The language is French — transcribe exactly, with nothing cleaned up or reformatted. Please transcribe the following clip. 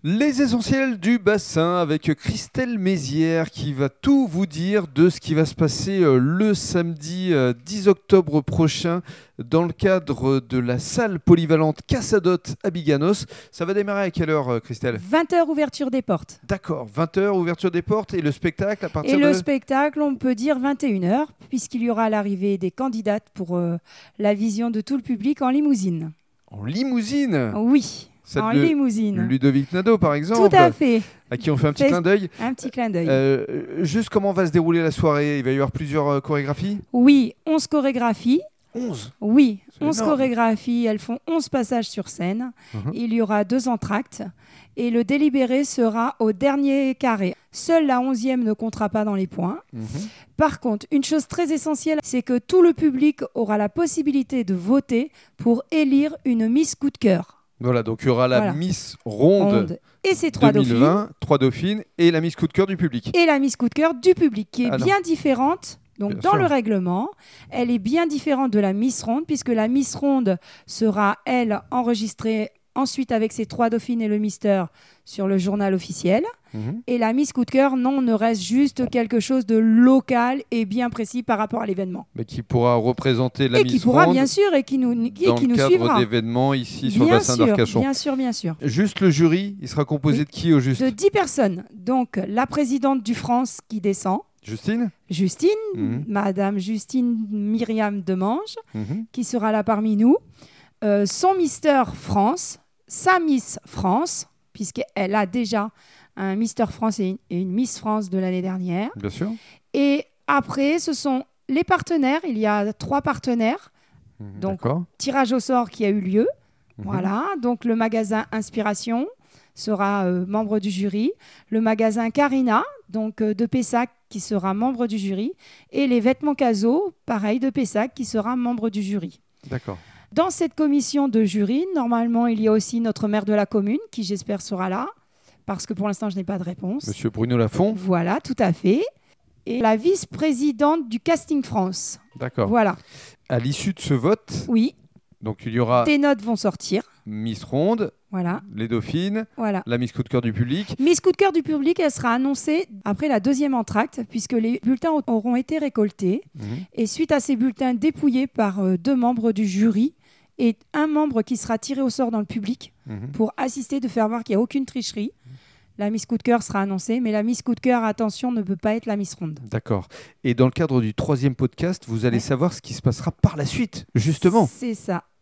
Les essentiels du bassin avec Christelle Mézières qui va tout vous dire de ce qui va se passer euh, le samedi euh, dix octobre prochain dans le cadre de la salle polyvalente Casadot à Biganos. Ça va démarrer à quelle heure, euh, Christelle ? vingt heures ouverture des portes. D'accord, vingt heures ouverture des portes et le spectacle à partir Et de... le spectacle, on peut dire vingt et une heures, puisqu'il y aura l'arrivée des candidates pour euh, la vision de tout le public en limousine. En limousine ? Oui, Celle en de limousine. Ludovic Nadeau, par exemple. Tout à fait. À qui on fait un petit Fait- clin d'œil. Un petit clin d'œil. Euh, juste comment va se dérouler la soirée ? Il va y avoir plusieurs euh, chorégraphies ? Oui, onze chorégraphies. onze. Oui, C'est onze énorme. chorégraphies. Elles font onze passages sur scène. Mhm. Il y aura deux entr'actes. Et le délibéré sera au dernier carré. Seule la onzième ne comptera pas dans les points. Mhm. Par contre, une chose très essentielle, c'est que tout le public aura la possibilité de voter pour élire une Miss Coup de cœur. Voilà, donc il y aura la Voilà. Miss Ronde, Ronde. Et ses trois deux mille dauphines. vingt, trois dauphines et la Miss Coup de cœur du public. Et la Miss Coup de cœur du public, qui est Ah non. bien différente. Donc, Bien dans sûr. le règlement, elle est bien différente de la Miss Ronde, puisque la Miss Ronde sera, elle, enregistrée ensuite avec ses trois dauphines et le Mister sur le journal officiel. Mhm. Et la Miss Coup de cœur, non, ne reste juste quelque chose de local et bien précis par rapport à l'événement. Mais qui pourra représenter la et Miss qui pourra, Ronde bien sûr, et qui nous, et dans qui le nous cadre suivra. d'événements ici sur le Bien bassin sûr, d'Arcachon. bien sûr, bien sûr. Juste le jury, il sera composé Oui. de qui au juste ? De dix personnes. Donc, la présidente du France qui descend, Justine ? Justine, Mhm. Madame Justine Myriam Demange, Mhm. qui sera là parmi nous. Euh, son Mister France, sa Miss France, puisqu'elle a déjà un Mister France et une, et une Miss France de l'année dernière. Bien sûr. Et après, ce sont les partenaires. Il y a trois partenaires. Mhm. Donc, D'accord. Tirage au sort qui a eu lieu. Mhm. Voilà. Donc, le magasin Inspiration sera euh, membre du jury. Le magasin Carina, donc euh, de Pessac, qui sera membre du jury. Et les vêtements Caso, pareil, de Pessac, qui sera membre du jury. D'accord. Dans cette commission de jury, normalement, il y a aussi notre maire de la commune, qui j'espère sera là, parce que pour l'instant, je n'ai pas de réponse. Monsieur Bruno Lafont. Voilà, tout à fait. Et la vice-présidente du Casting France. D'accord. Voilà. À l'issue de ce vote, Oui, donc il y aura des notes vont sortir. Miss Ronde, Voilà, les dauphines, voilà. la Miss Coup de cœur du public. Miss Coup de cœur du public, elle sera annoncée après la deuxième entracte, puisque les bulletins auront été récoltés. Mhm. Et suite à ces bulletins dépouillés par euh, deux membres du jury et un membre qui sera tiré au sort dans le public Mhm. pour assister, de faire voir qu'il n'y a aucune tricherie, la Miss Coup de cœur sera annoncée. Mais la Miss Coup de cœur, attention, ne peut pas être la Miss Ronde. D'accord. Et dans le cadre du troisième podcast, vous allez Ouais. savoir ce qui se passera par la suite, justement. C'est ça.